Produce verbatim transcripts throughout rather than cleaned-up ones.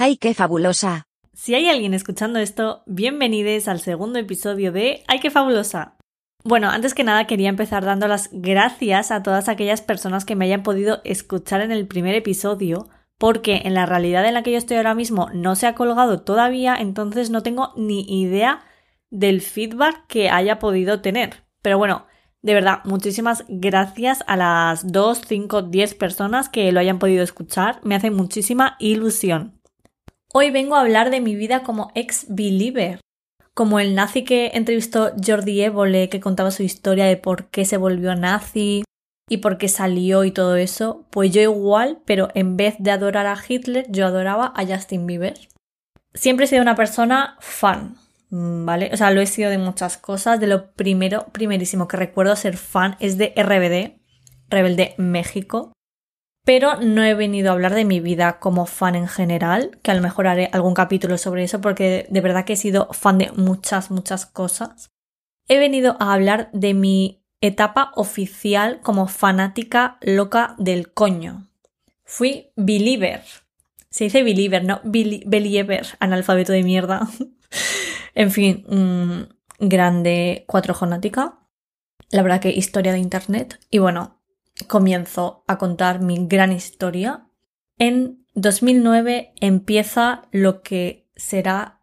¡Ay, qué fabulosa! Si hay alguien escuchando esto, bienvenidos al segundo episodio de ¡Ay, qué fabulosa! Bueno, antes que nada quería empezar dando las gracias a todas aquellas personas que me hayan podido escuchar en el primer episodio, porque en la realidad en la que yo estoy ahora mismo no se ha colgado todavía, entonces no tengo ni idea del feedback que haya podido tener. Pero bueno, de verdad, muchísimas gracias a las dos, cinco, diez personas que lo hayan podido escuchar. Me hace muchísima ilusión. Hoy vengo a hablar de mi vida como ex-believer. Como el nazi que entrevistó Jordi Évole, que contaba su historia de por qué se volvió nazi y por qué salió y todo eso, pues yo igual, pero en vez de adorar a Hitler, yo adoraba a Justin Bieber. Siempre he sido una persona fan, ¿vale? O sea, lo he sido de muchas cosas. De lo primero, primerísimo que recuerdo ser fan es de R B D, Rebelde México. Pero no he venido a hablar de mi vida como fan en general, que a lo mejor haré algún capítulo sobre eso porque de verdad que he sido fan de muchas, muchas cosas. He venido a hablar de mi etapa oficial como fanática loca del coño. Fui believer. Se dice believer, no believer, analfabeto de mierda. En fin, mmm, grande cuatro jonática. La verdad que historia de internet. Y bueno, comienzo a contar mi gran historia. En dos mil nueve empieza lo que será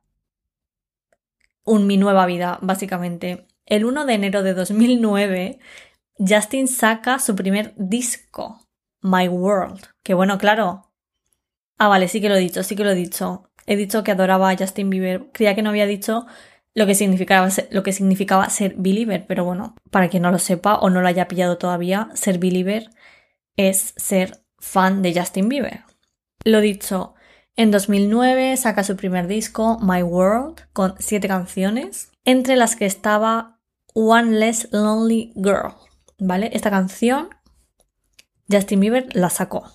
un, mi nueva vida, básicamente. El uno de enero de dos mil nueve, Justin saca su primer disco, My World. Que bueno, claro. Ah, vale, sí que lo he dicho, sí que lo he dicho. He dicho que adoraba a Justin Bieber. Creía que no había dicho lo que significaba ser, lo que significaba ser believer, pero bueno, para quien no lo sepa o no lo haya pillado todavía, ser believer es ser fan de Justin Bieber. Lo dicho, en dos mil nueve saca su primer disco, My World, con siete canciones, entre las que estaba One Less Lonely Girl, ¿vale? Esta canción Justin Bieber la sacó.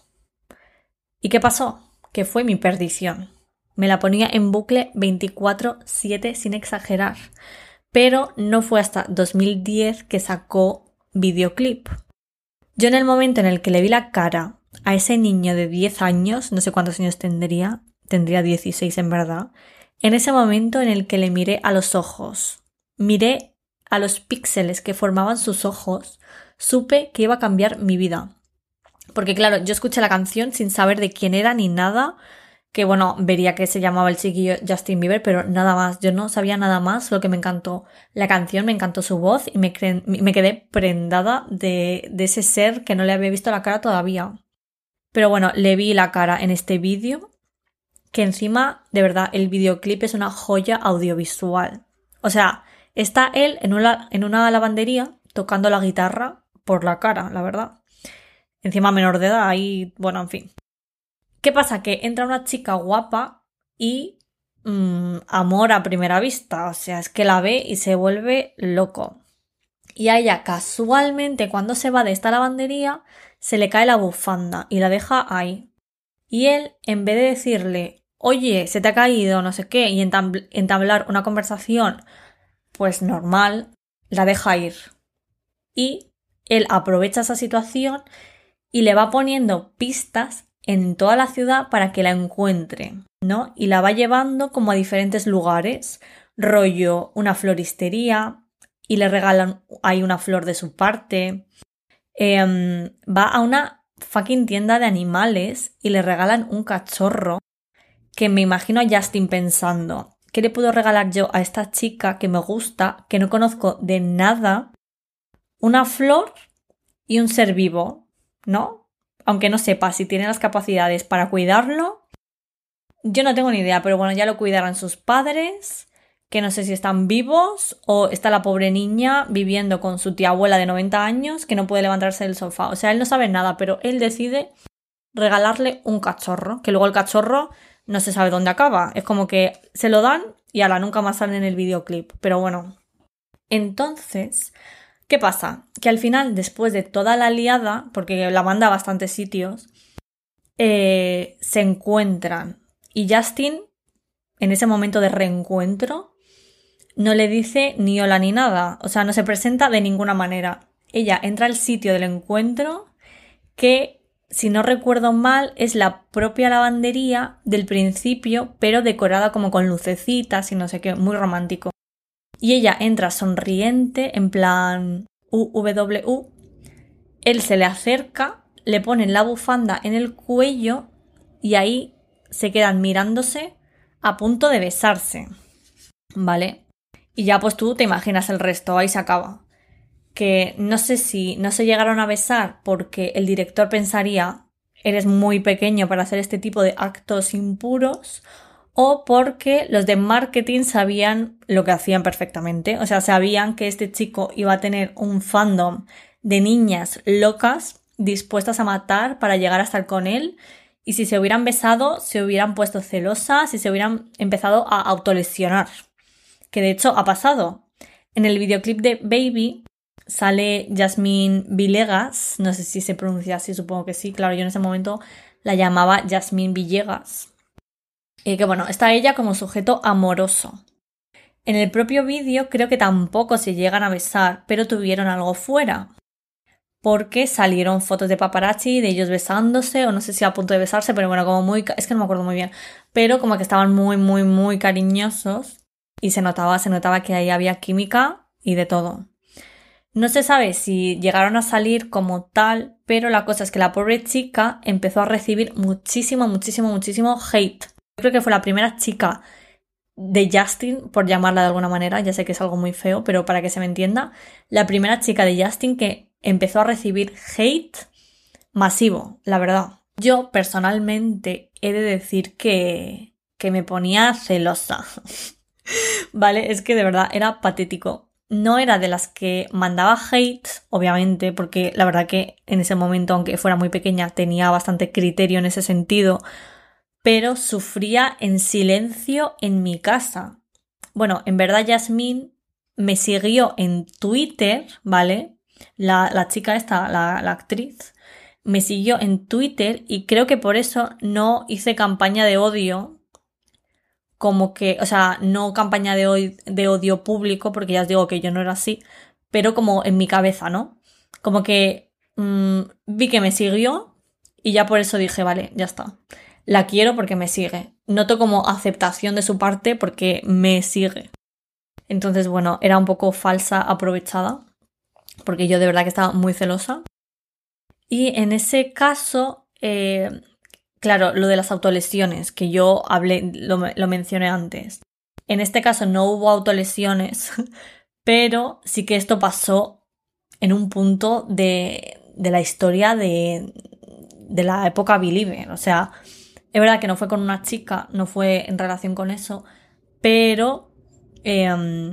¿Y qué pasó? Que fue mi perdición. Me la ponía en bucle veinticuatro siete sin exagerar. Pero no fue hasta dos mil diez que sacó videoclip. Yo en el momento en el que le vi la cara a ese niño de diez años, no sé cuántos años tendría, tendría dieciséis en verdad, en ese momento en el que le miré a los ojos, miré a los píxeles que formaban sus ojos, supe que iba a cambiar mi vida. Porque claro, yo escuché la canción sin saber de quién era ni nada, que bueno, vería que se llamaba el chiquillo Justin Bieber, pero nada más, yo no sabía nada más, solo que me encantó la canción, me encantó su voz y me, cre- me quedé prendada de, de ese ser que no le había visto la cara todavía. Pero bueno, le vi la cara en este vídeo, que encima, de verdad, el videoclip es una joya audiovisual. O sea, está él en una, en una lavandería tocando la guitarra por la cara, la verdad. Encima menor de edad, ahí, bueno, en fin. ¿Qué pasa? Que entra una chica guapa y mmm, amor a primera vista. O sea, es que la ve y se vuelve loco. Y a ella casualmente cuando se va de esta lavandería se le cae la bufanda y la deja ahí. Y él, en vez de decirle, oye, se te ha caído, no sé qué, y entab- entablar una conversación pues normal, la deja ir. Y él aprovecha esa situación y le va poniendo pistas en toda la ciudad para que la encuentre, ¿no? Y la va llevando como a diferentes lugares, rollo una floristería y le regalan ahí una flor de su parte. Eh, va a una fucking tienda de animales y le regalan un cachorro que me imagino a Justin pensando, ¿qué le puedo regalar yo a esta chica que me gusta, que no conozco de nada? Una flor y un ser vivo, ¿no? Aunque no sepa si tiene las capacidades para cuidarlo, yo no tengo ni idea, pero bueno, ya lo cuidarán sus padres, que no sé si están vivos o está la pobre niña viviendo con su tía abuela de noventa años que no puede levantarse del sofá. O sea, él no sabe nada, pero él decide regalarle un cachorro, que luego el cachorro no se sabe dónde acaba. Es como que se lo dan y ala, nunca más sale en el videoclip. Pero bueno, entonces, ¿qué pasa? Que al final, después de toda la liada, porque la manda a bastantes sitios, eh, se encuentran. Y Justin, en ese momento de reencuentro, no le dice ni hola ni nada. O sea, no se presenta de ninguna manera. Ella entra al sitio del encuentro que si no recuerdo mal, es la propia lavandería del principio, pero decorada como con lucecitas y no sé qué, muy romántico. Y ella entra sonriente, en plan U W U. Él se le acerca, le ponen la bufanda en el cuello y ahí se quedan mirándose a punto de besarse. ¿Vale? Y ya pues tú te imaginas el resto, ahí se acaba. Que no sé si no se llegaron a besar porque el director pensaría eres muy pequeño para hacer este tipo de actos impuros o porque los de marketing sabían lo que hacían perfectamente. O sea, sabían que este chico iba a tener un fandom de niñas locas dispuestas a matar para llegar a estar con él y si se hubieran besado se hubieran puesto celosas y se hubieran empezado a autolesionar. Que de hecho ha pasado. En el videoclip de Baby sale Jasmine Villegas, no sé si se pronuncia así, supongo que sí, claro, yo en ese momento la llamaba Jasmine Villegas. Y que bueno, está ella como sujeto amoroso. En el propio vídeo creo que tampoco se llegan a besar, pero tuvieron algo fuera. Porque salieron fotos de paparazzi de ellos besándose, o no sé si a punto de besarse, pero bueno, como muy... es que no me acuerdo muy bien. Pero como que estaban muy, muy, muy cariñosos. Y se notaba, se notaba que ahí había química y de todo. No se sabe si llegaron a salir como tal, pero la cosa es que la pobre chica empezó a recibir muchísimo, muchísimo, muchísimo hate. Yo creo que fue la primera chica de Justin, por llamarla de alguna manera, ya sé que es algo muy feo, pero para que se me entienda, la primera chica de Justin que empezó a recibir hate masivo, la verdad. Yo personalmente he de decir que, que me ponía celosa. Vale, es que de verdad era patético. No era de las que mandaba hate, obviamente, porque la verdad que en ese momento, aunque fuera muy pequeña, tenía bastante criterio en ese sentido, pero sufría en silencio en mi casa. Bueno, en verdad Yasmín me siguió en Twitter, ¿vale? La, la chica esta, la, la actriz, me siguió en Twitter y creo que por eso no hice campaña de odio. Como que, o sea, no campaña de, odio, de odio público, porque ya os digo que yo no era así, pero como en mi cabeza, ¿no? Como que mmm, vi que me siguió y ya por eso dije, vale, ya está. La quiero porque me sigue. Noto como aceptación de su parte porque me sigue. Entonces, bueno, era un poco falsa aprovechada, porque yo de verdad que estaba muy celosa. Y en ese caso... Eh, Claro, lo de las autolesiones, que yo hablé, lo, lo mencioné antes. En este caso no hubo autolesiones, pero sí que esto pasó en un punto de, de la historia de, de la época Believer. O sea, es verdad que no fue con una chica, no fue en relación con eso, pero eh,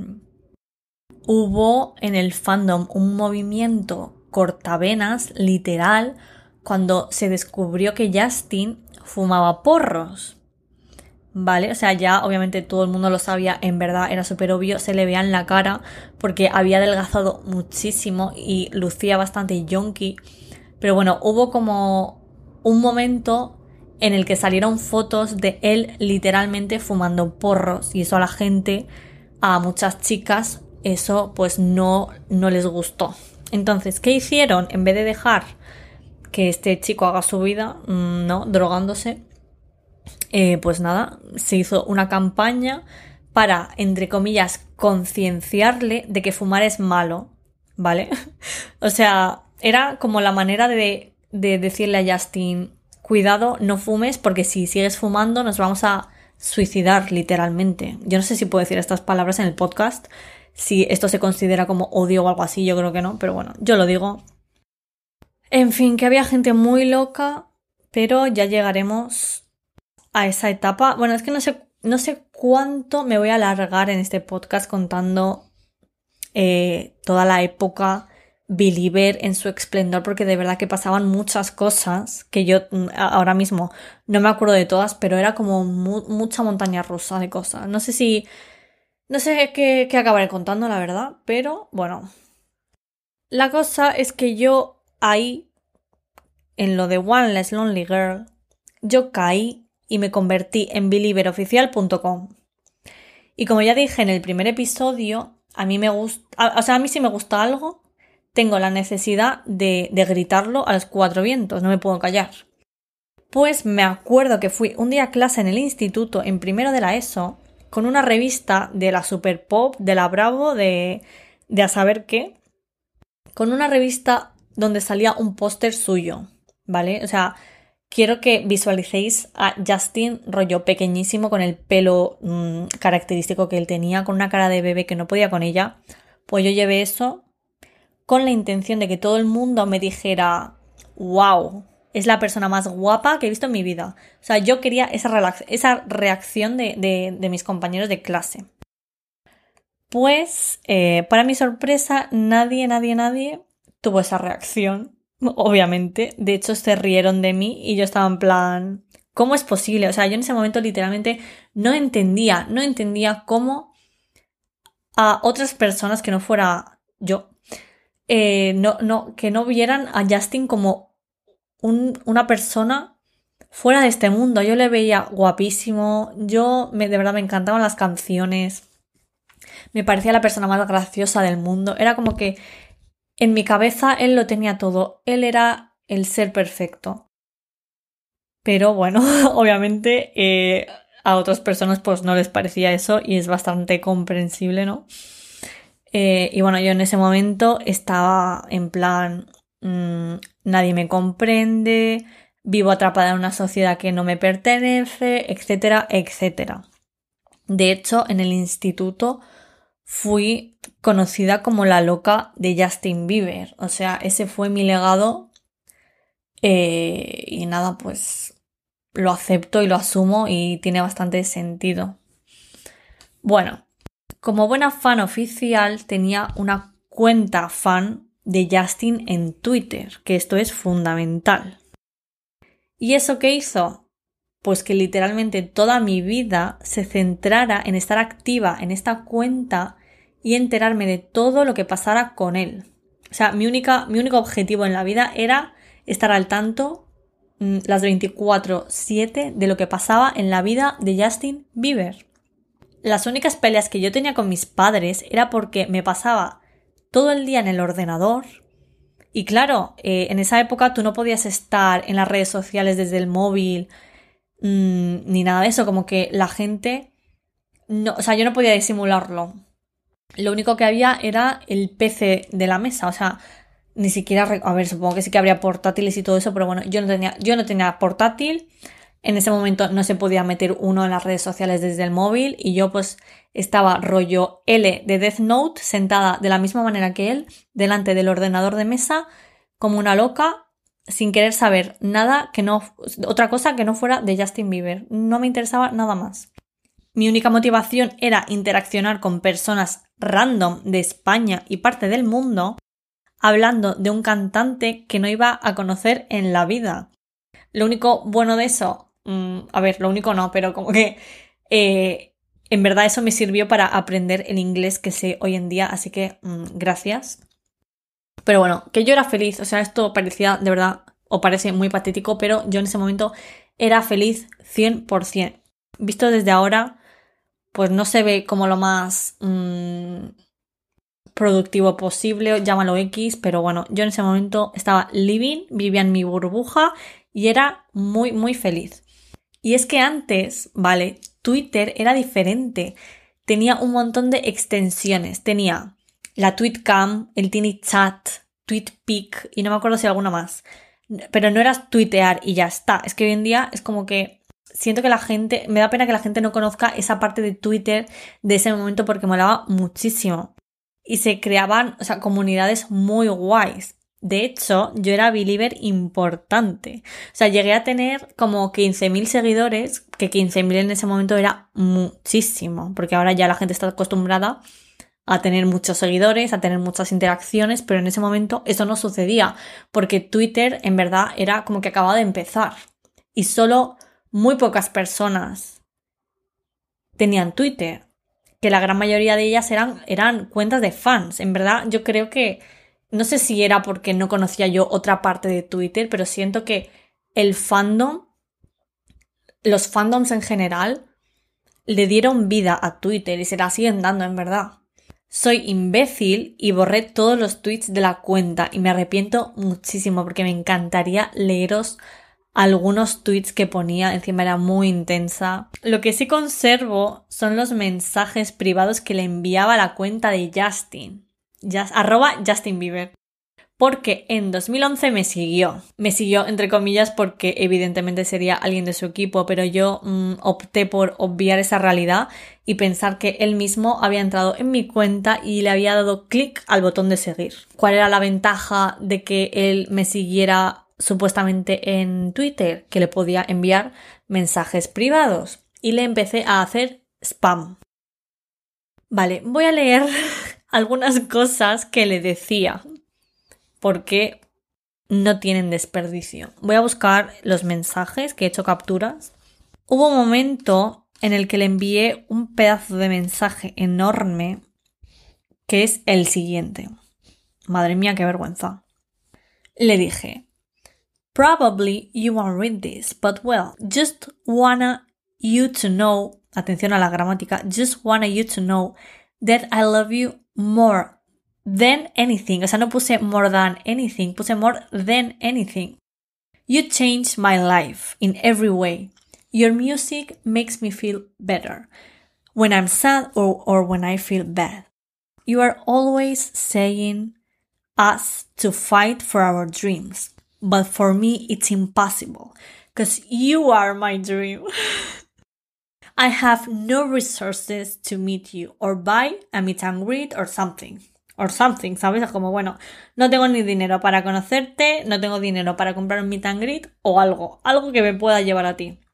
hubo en el fandom un movimiento cortavenas, literal, cuando se descubrió que Justin fumaba porros, ¿vale? O sea, ya obviamente todo el mundo lo sabía, en verdad era súper obvio, se le veía en la cara porque había adelgazado muchísimo y lucía bastante yonky. Pero bueno, hubo como un momento en el que salieron fotos de él literalmente fumando porros y eso a la gente, a muchas chicas, eso pues no, no les gustó. Entonces, ¿qué hicieron? En vez de dejar que este chico haga su vida, no, drogándose, eh, pues nada, se hizo una campaña para, entre comillas, concienciarle de que fumar es malo, ¿vale? O sea, era como la manera de, de decirle a Justin, cuidado, no fumes porque si sigues fumando nos vamos a suicidar literalmente. Yo no sé si puedo decir estas palabras en el podcast, si esto se considera como odio o algo así, yo creo que no, pero bueno, yo lo digo. En fin, que había gente muy loca, pero ya llegaremos a esa etapa. Bueno, es que no sé, no sé cuánto me voy a alargar en este podcast contando eh, toda la época Believer en su esplendor, porque de verdad que pasaban muchas cosas que yo ahora mismo no me acuerdo de todas, pero era como mu- mucha montaña rusa de cosas. No sé si... No sé qué, qué acabaré contando, la verdad, pero bueno. La cosa es que yo ahí, en lo de One Less Lonely Girl, yo caí y me convertí en believer oficial punto com. Y como ya dije en el primer episodio, a mí me gusta, o sea, a mí si me gusta algo, tengo la necesidad de, de gritarlo a los cuatro vientos, no me puedo callar. Pues me acuerdo que fui un día a clase en el instituto, en primero de la ESO, con una revista de la Super Pop, de la Bravo, de, de a saber qué, con una revista donde salía un póster suyo, ¿vale? O sea, quiero que visualicéis a Justin rollo pequeñísimo, con el pelo mmm, característico que él tenía, con una cara de bebé que no podía con ella. Pues yo llevé eso con la intención de que todo el mundo me dijera, wow, es la persona más guapa que he visto en mi vida. O sea, yo quería esa, relax- esa reacción de, de, de mis compañeros de clase. Pues, eh, para mi sorpresa, nadie, nadie, nadie tuvo esa reacción, obviamente. De hecho, se rieron de mí y yo estaba en plan, ¿cómo es posible? O sea, yo en ese momento literalmente no entendía, no entendía cómo a otras personas que no fuera yo, eh, no, no, que no vieran a Justin como Un, una persona fuera de este mundo. Yo le veía guapísimo, yo me, de verdad me encantaban las canciones, me parecía la persona más graciosa del mundo, era como que en mi cabeza él lo tenía todo, él era el ser perfecto. Pero bueno, obviamente eh, a otras personas pues no les parecía eso y es bastante comprensible, ¿no? Eh, y bueno, yo en ese momento estaba en plan, mmm, nadie me comprende, vivo atrapada en una sociedad que no me pertenece, etcétera, etcétera. De hecho, en el instituto fui conocida como la loca de Justin Bieber. O sea, ese fue mi legado eh, y nada, pues lo acepto y lo asumo y tiene bastante sentido. Bueno, como buena fan oficial tenía una cuenta fan de Justin en Twitter, que esto es fundamental. ¿Y eso qué hizo? Pues que literalmente toda mi vida se centrara en estar activa en esta cuenta y enterarme de todo lo que pasara con él. O sea, mi, única, mi único objetivo en la vida era estar al tanto mmm, las veinticuatro siete de lo que pasaba en la vida de Justin Bieber. Las únicas peleas que yo tenía con mis padres era porque me pasaba todo el día en el ordenador y claro, eh, en esa época tú no podías estar en las redes sociales desde el móvil mmm, ni nada de eso, como que la gente, no, o sea, yo no podía disimularlo. Lo único que había era el P C de la mesa, o sea, ni siquiera, a ver, supongo que sí que habría portátiles y todo eso, pero bueno, yo no tenía, yo no tenía portátil. En ese momento no se podía meter uno en las redes sociales desde el móvil y yo pues estaba rollo L de Death Note sentada de la misma manera que él delante del ordenador de mesa como una loca sin querer saber nada que no, otra cosa que no fuera de Justin Bieber. No me interesaba nada más. Mi única motivación era interaccionar con personas random de España y parte del mundo hablando de un cantante que no iba a conocer en la vida. Lo único bueno de eso, mmm, a ver, lo único no, pero como que eh, en verdad eso me sirvió para aprender el inglés que sé hoy en día, así que mmm, gracias. Pero bueno, que yo era feliz, o sea, esto parecía de verdad, o parece muy patético, pero yo en ese momento era feliz cien por ciento. Visto desde ahora, pues no se ve como lo más mmm, productivo posible, llámalo X, pero bueno, yo en ese momento estaba living, vivía en mi burbuja y era muy, muy feliz. Y es que antes, vale, Twitter era diferente. Tenía un montón de extensiones. Tenía la TweetCam, el TinyChat, TweetPic y no me acuerdo si alguna más. Pero no era tuitear y ya está. Es que hoy en día es como que siento que la gente, me da pena que la gente no conozca esa parte de Twitter de ese momento porque molaba muchísimo. Y se creaban, o sea, comunidades muy guays. De hecho, yo era believer importante. O sea, llegué a tener como quince mil seguidores, que quince mil en ese momento era muchísimo, porque ahora ya la gente está acostumbrada a tener muchos seguidores, a tener muchas interacciones, pero en ese momento eso no sucedía, porque Twitter en verdad era como que acababa de empezar. Y solo muy pocas personas tenían Twitter, que la gran mayoría de ellas eran, eran cuentas de fans. En verdad, yo creo que no sé si era porque no conocía yo otra parte de Twitter, pero siento que el fandom, los fandoms en general, le dieron vida a Twitter y se la siguen dando, en verdad. O Soy imbécil y borré todos los tweets de la cuenta y me arrepiento muchísimo porque me encantaría leeros algunos tweets que ponía, encima era muy intensa. Lo que sí conservo son los mensajes privados que le enviaba a la cuenta de Justin, just, arroba Justin Bieber. Porque en dos mil once me siguió. Me siguió entre comillas porque evidentemente sería alguien de su equipo, pero yo mmm, opté por obviar esa realidad y pensar que él mismo había entrado en mi cuenta y le había dado clic al botón de seguir. ¿Cuál era la ventaja de que él me siguiera supuestamente en Twitter? Que le podía enviar mensajes privados y le empecé a hacer spam. Vale, voy a leer algunas cosas que le decía, porque no tienen desperdicio. Voy a buscar los mensajes que he hecho capturas. Hubo un momento en el que le envié un pedazo de mensaje enorme que es el siguiente. Madre mía, qué vergüenza. Le dije: Probably you won't read this, but well, just wanna you to know, atención a la gramática, just wanna you to know that I love you more than anything. O sea, no puse more than anything, puse more than anything. You changed my life in every way. Your music makes me feel better when I'm sad or, or when I feel bad. You are always saying us to fight for our dreams. But for me, it's impossible, because you are my dream. I have no resources to meet you or buy a meet and greet or something. Or something, ¿sabes? Como, bueno, no tengo ni dinero para conocerte, no tengo dinero para comprar un meet and greet o algo. Algo que me pueda llevar a ti.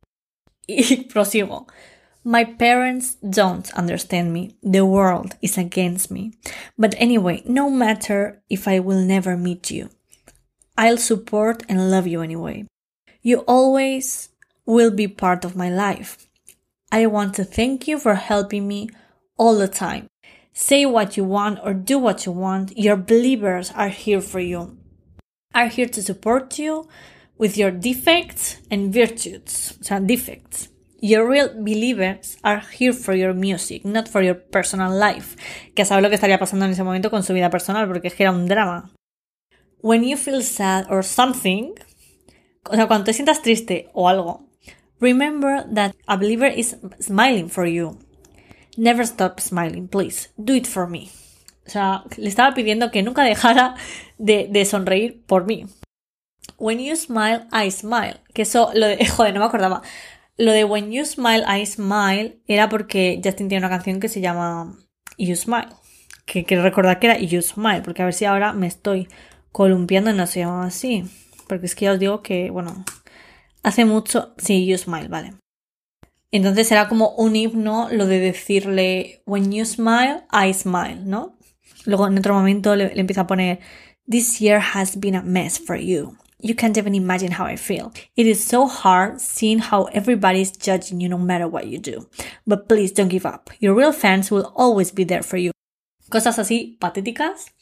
Y prosigo. My parents don't understand me. The world is against me. But anyway, no matter if I will never meet you, I'll support and love you anyway. You always will be part of my life. I want to thank you for helping me all the time. Say what you want or do what you want. Your believers are here for you. Are here to support you with your defects and virtues. O sea, defects. Your real believers are here for your music, not for your personal life. Que sabe lo que estaría pasando en ese momento con su vida personal, porque es que era un drama. When you feel sad or something, o sea, cuando te sientas triste o algo, remember that a believer is smiling for you. Never stop smiling, please. Do it for me. O sea, le estaba pidiendo que nunca dejara de, de sonreír por mí. When you smile, I smile. Que eso, lo de, joder, no me acordaba. Lo de when you smile, I smile era porque Justin tiene una canción que se llama You Smile. Que quiero recordar que era You Smile, porque a ver si ahora me estoy columpiando y no se llama así. Porque es que ya os digo que, bueno, hace mucho... Sí, You Smile, vale. Entonces era como un himno lo de decirle when you smile, I smile, ¿no? Luego en otro momento le, le empieza a poner This year has been a mess for you. You can't even imagine how I feel. It is so hard seeing how everybody's judging you no matter what you do. But please don't give up. Your real fans will always be there for you. Cosas así patéticas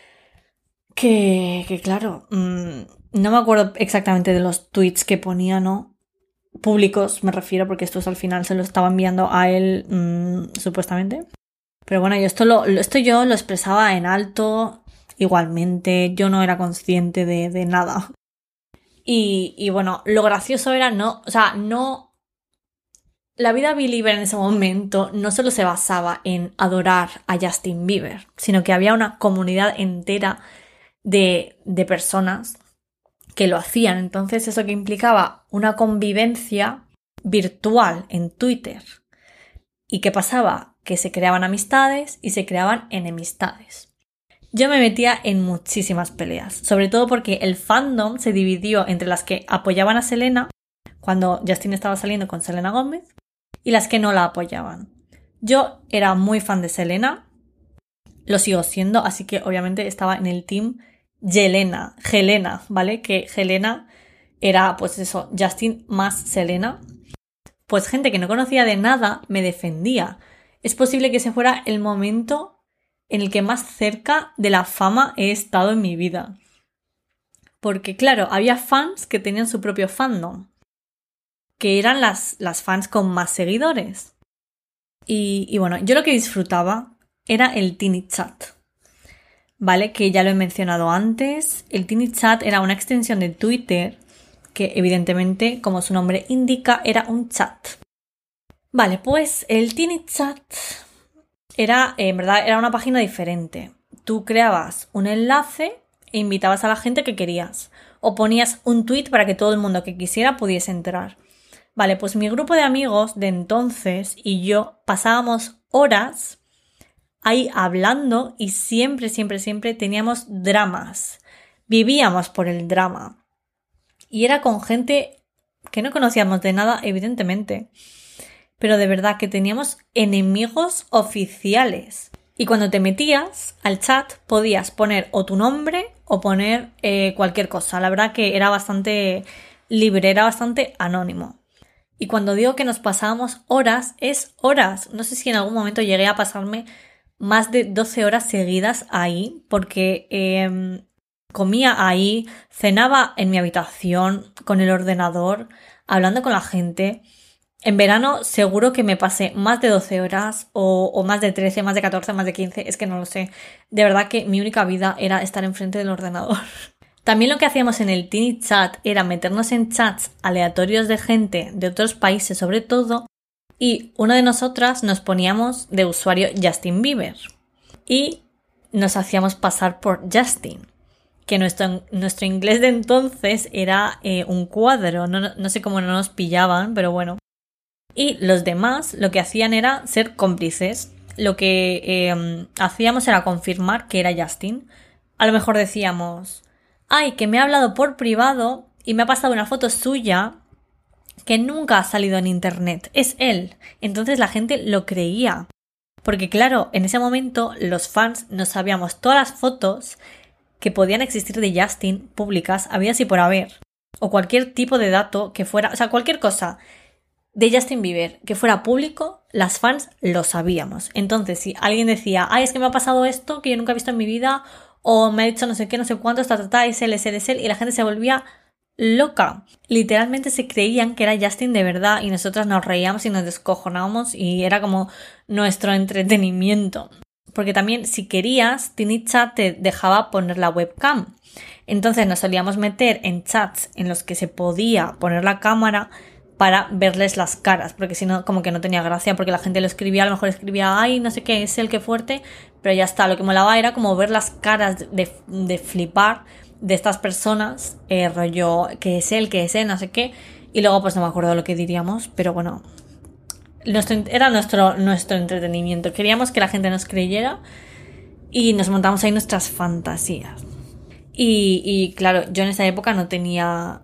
que, que claro, mmm, no me acuerdo exactamente de los tweets que ponía, ¿no? Públicos me refiero, porque estos al final se lo estaba enviando a él mmm, supuestamente. Pero bueno, yo esto, lo, esto yo lo expresaba en alto igualmente, yo no era consciente de, de nada. Y, y bueno, lo gracioso era no, o sea, no... La vida believer en ese momento no solo se basaba en adorar a Justin Bieber, sino que había una comunidad entera de, de personas que lo hacían. Entonces eso que implicaba una convivencia virtual en Twitter. ¿Y qué pasaba? Que se creaban amistades y se creaban enemistades. Yo me metía en muchísimas peleas, sobre todo porque el fandom se dividió entre las que apoyaban a Selena cuando Justin estaba saliendo con Selena Gómez y las que no la apoyaban. Yo era muy fan de Selena, lo sigo siendo, así que obviamente estaba en el team Yelena, Helena, ¿vale? Que Helena era, pues eso, Justin más Selena. Pues gente que no conocía de nada me defendía. Es posible que ese fuera el momento en el que más cerca de la fama he estado en mi vida. Porque claro, había fans que tenían su propio fandom, que eran las, las fans con más seguidores. Y, y bueno, yo lo que disfrutaba era el TinyChat, ¿vale? Que ya lo he mencionado antes. El TinyChat era una extensión de Twitter que evidentemente, como su nombre indica, era un chat. Vale, pues el TinyChat era, en verdad, era una página diferente. Tú creabas un enlace e invitabas a la gente que querías. O ponías un tweet para que todo el mundo que quisiera pudiese entrar. Vale, pues mi grupo de amigos de entonces y yo pasábamos horas ahí hablando y siempre, siempre, siempre teníamos dramas. Vivíamos por el drama. Y era con gente que no conocíamos de nada, evidentemente. Pero de verdad que teníamos enemigos oficiales. Y cuando te metías al chat podías poner o tu nombre o poner eh, cualquier cosa. La verdad que era bastante libre, era bastante anónimo. Y cuando digo que nos pasábamos horas, es horas. No sé si en algún momento llegué a pasarme más de doce horas seguidas ahí, porque eh, comía ahí, cenaba en mi habitación con el ordenador, hablando con la gente. En verano seguro que me pasé más de doce horas o, o más de trece, más de catorce, más de quince, es que no lo sé. De verdad que mi única vida era estar enfrente del ordenador. También lo que hacíamos en el TinyChat era meternos en chats aleatorios de gente de otros países sobre todo y una de nosotras nos poníamos de usuario Justin Bieber y nos hacíamos pasar por Justin, que nuestro, nuestro inglés de entonces era eh, un cuadro, no, no sé cómo no nos pillaban, pero bueno. Y los demás lo que hacían era ser cómplices. Lo que eh, hacíamos era confirmar que era Justin. A lo mejor decíamos, ay, que me ha hablado por privado y me ha pasado una foto suya que nunca ha salido en internet. Es él. Entonces la gente lo creía. Porque claro, en ese momento los fans no sabíamos todas las fotos que podían existir de Justin públicas, habidas y por haber. O cualquier tipo de dato que fuera, o sea, cualquier cosa de Justin Bieber que fuera público, las fans lo sabíamos. Entonces, si alguien decía, ay, es que me ha pasado esto que yo nunca he visto en mi vida, o me ha dicho no sé qué, no sé cuánto, ta, ta, ta, es él, es él, es él, y la gente se volvía loca. Literalmente se creían que era Justin de verdad y nosotras nos reíamos y nos descojonábamos y era como nuestro entretenimiento. Porque también, si querías, TinyChat te dejaba poner la webcam. Entonces nos solíamos meter en chats en los que se podía poner la cámara para verles las caras, porque si no, como que no tenía gracia, porque la gente lo escribía, a lo mejor escribía, ay, no sé qué, es el que fuerte, pero ya está, lo que molaba era como ver las caras de, de flipar de estas personas, eh, rollo, que es él, que es él, no sé qué, y luego pues no me acuerdo lo que diríamos, pero bueno, nuestro, era nuestro, nuestro entretenimiento, queríamos que la gente nos creyera y nos montamos ahí nuestras fantasías. Y, y claro, yo en esa época no tenía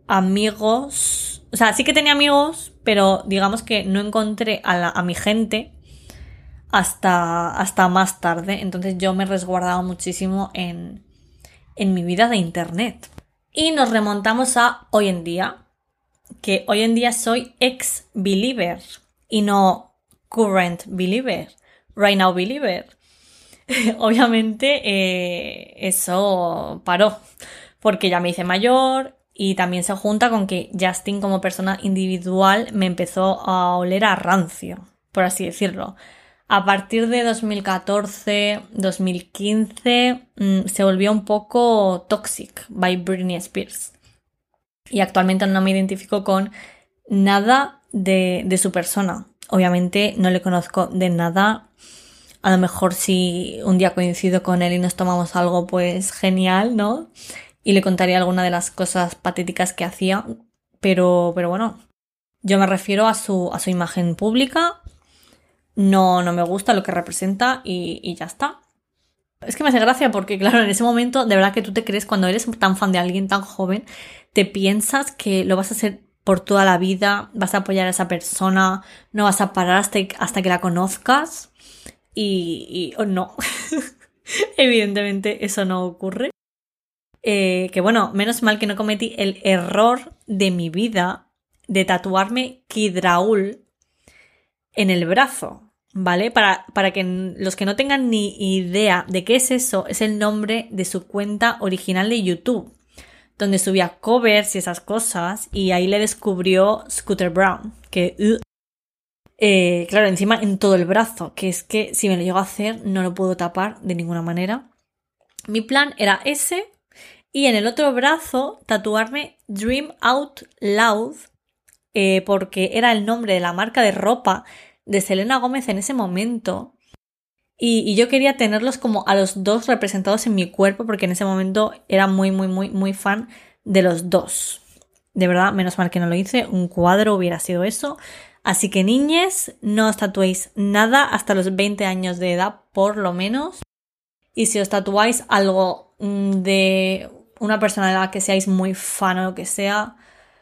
amigos. O sea, sí que tenía amigos, pero digamos que no encontré a, la, a mi gente hasta, hasta más tarde. Entonces yo me resguardaba muchísimo en, en mi vida de internet. Y nos remontamos a hoy en día, que hoy en día soy ex-believer y no current believer, right now believer. Obviamente eh, eso paró, porque ya me hice mayor. Y también se junta con que Justin como persona individual me empezó a oler a rancio, por así decirlo. A partir de dos mil catorce, dos mil quince mmm, se volvió un poco toxic by Britney Spears. Y actualmente no me identifico con nada de, de su persona. Obviamente no le conozco de nada. A lo mejor si un día coincido con él y nos tomamos algo, pues genial, ¿no? Y le contaría alguna de las cosas patéticas que hacía, pero, pero bueno, yo me refiero a su, a su imagen pública, no, no me gusta lo que representa y, y ya está. Es que me hace gracia porque, claro, en ese momento, de verdad que tú te crees, cuando eres tan fan de alguien tan joven, te piensas que lo vas a hacer por toda la vida, vas a apoyar a esa persona, no vas a parar hasta, hasta que la conozcas y, y oh, no, evidentemente eso no ocurre. Eh, que bueno, menos mal que no cometí el error de mi vida de tatuarme Kid Raúl en el brazo, ¿vale? Para, para que los que no tengan ni idea de qué es eso, es el nombre de su cuenta original de YouTube, donde subía covers y esas cosas, y ahí le descubrió Scooter Braun, que... Uh. Eh, claro, encima en todo el brazo, que es que si me lo llego a hacer no lo puedo tapar de ninguna manera. Mi plan era ese y en el otro brazo tatuarme Dream Out Loud, eh, porque era el nombre de la marca de ropa de Selena Gómez en ese momento. Y, y yo quería tenerlos como a los dos representados en mi cuerpo porque en ese momento era muy, muy, muy, muy fan de los dos. De verdad, menos mal que no lo hice, un cuadro hubiera sido eso. Así que niñes, no os tatuéis nada hasta los veinte años de edad, por lo menos. Y si os tatuáis algo de una persona de la que seáis muy fan o lo que sea,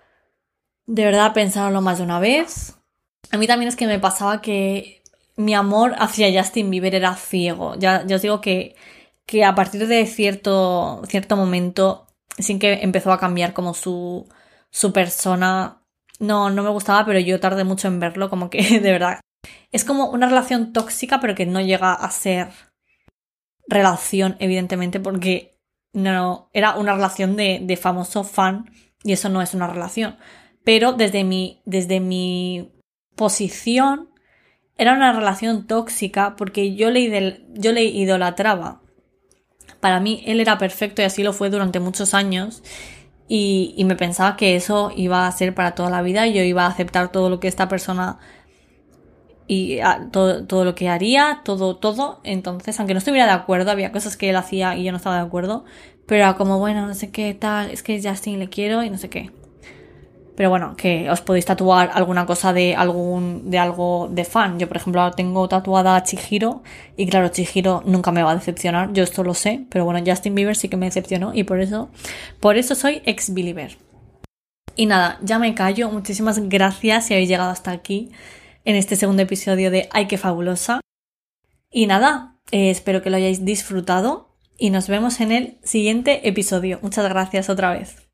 de verdad pensadlo más de una vez. A mí también es que me pasaba que mi amor hacia Justin Bieber era ciego. Ya, ya os digo que, que a partir de cierto, cierto momento, sin que empezó a cambiar como su, su persona, no, no me gustaba, pero yo tardé mucho en verlo, como que de verdad. Es como una relación tóxica, pero que no llega a ser relación, evidentemente, porque no era una relación de, de famoso fan y eso no es una relación. Pero desde mi, desde mi posición era una relación tóxica porque yo le, idol, yo le idolatraba. Para mí él era perfecto y así lo fue durante muchos años y, y me pensaba que eso iba a ser para toda la vida y yo iba a aceptar todo lo que esta persona y a, todo, todo lo que haría, todo, todo. Entonces, aunque no estuviera de acuerdo, había cosas que él hacía y yo no estaba de acuerdo, pero era como, bueno, no sé qué tal, es que Justin le quiero y no sé qué. Pero bueno, que os podéis tatuar alguna cosa de algún de algo de fan. Yo, por ejemplo, tengo tatuada a Chihiro y claro, Chihiro nunca me va a decepcionar, yo esto lo sé, pero bueno, Justin Bieber sí que me decepcionó y por eso, por eso soy ex-believer. Y nada, ya me callo. Muchísimas gracias si habéis llegado hasta aquí en este segundo episodio de Ay, qué fabulosa. Y nada, eh, espero que lo hayáis disfrutado y nos vemos en el siguiente episodio. Muchas gracias otra vez.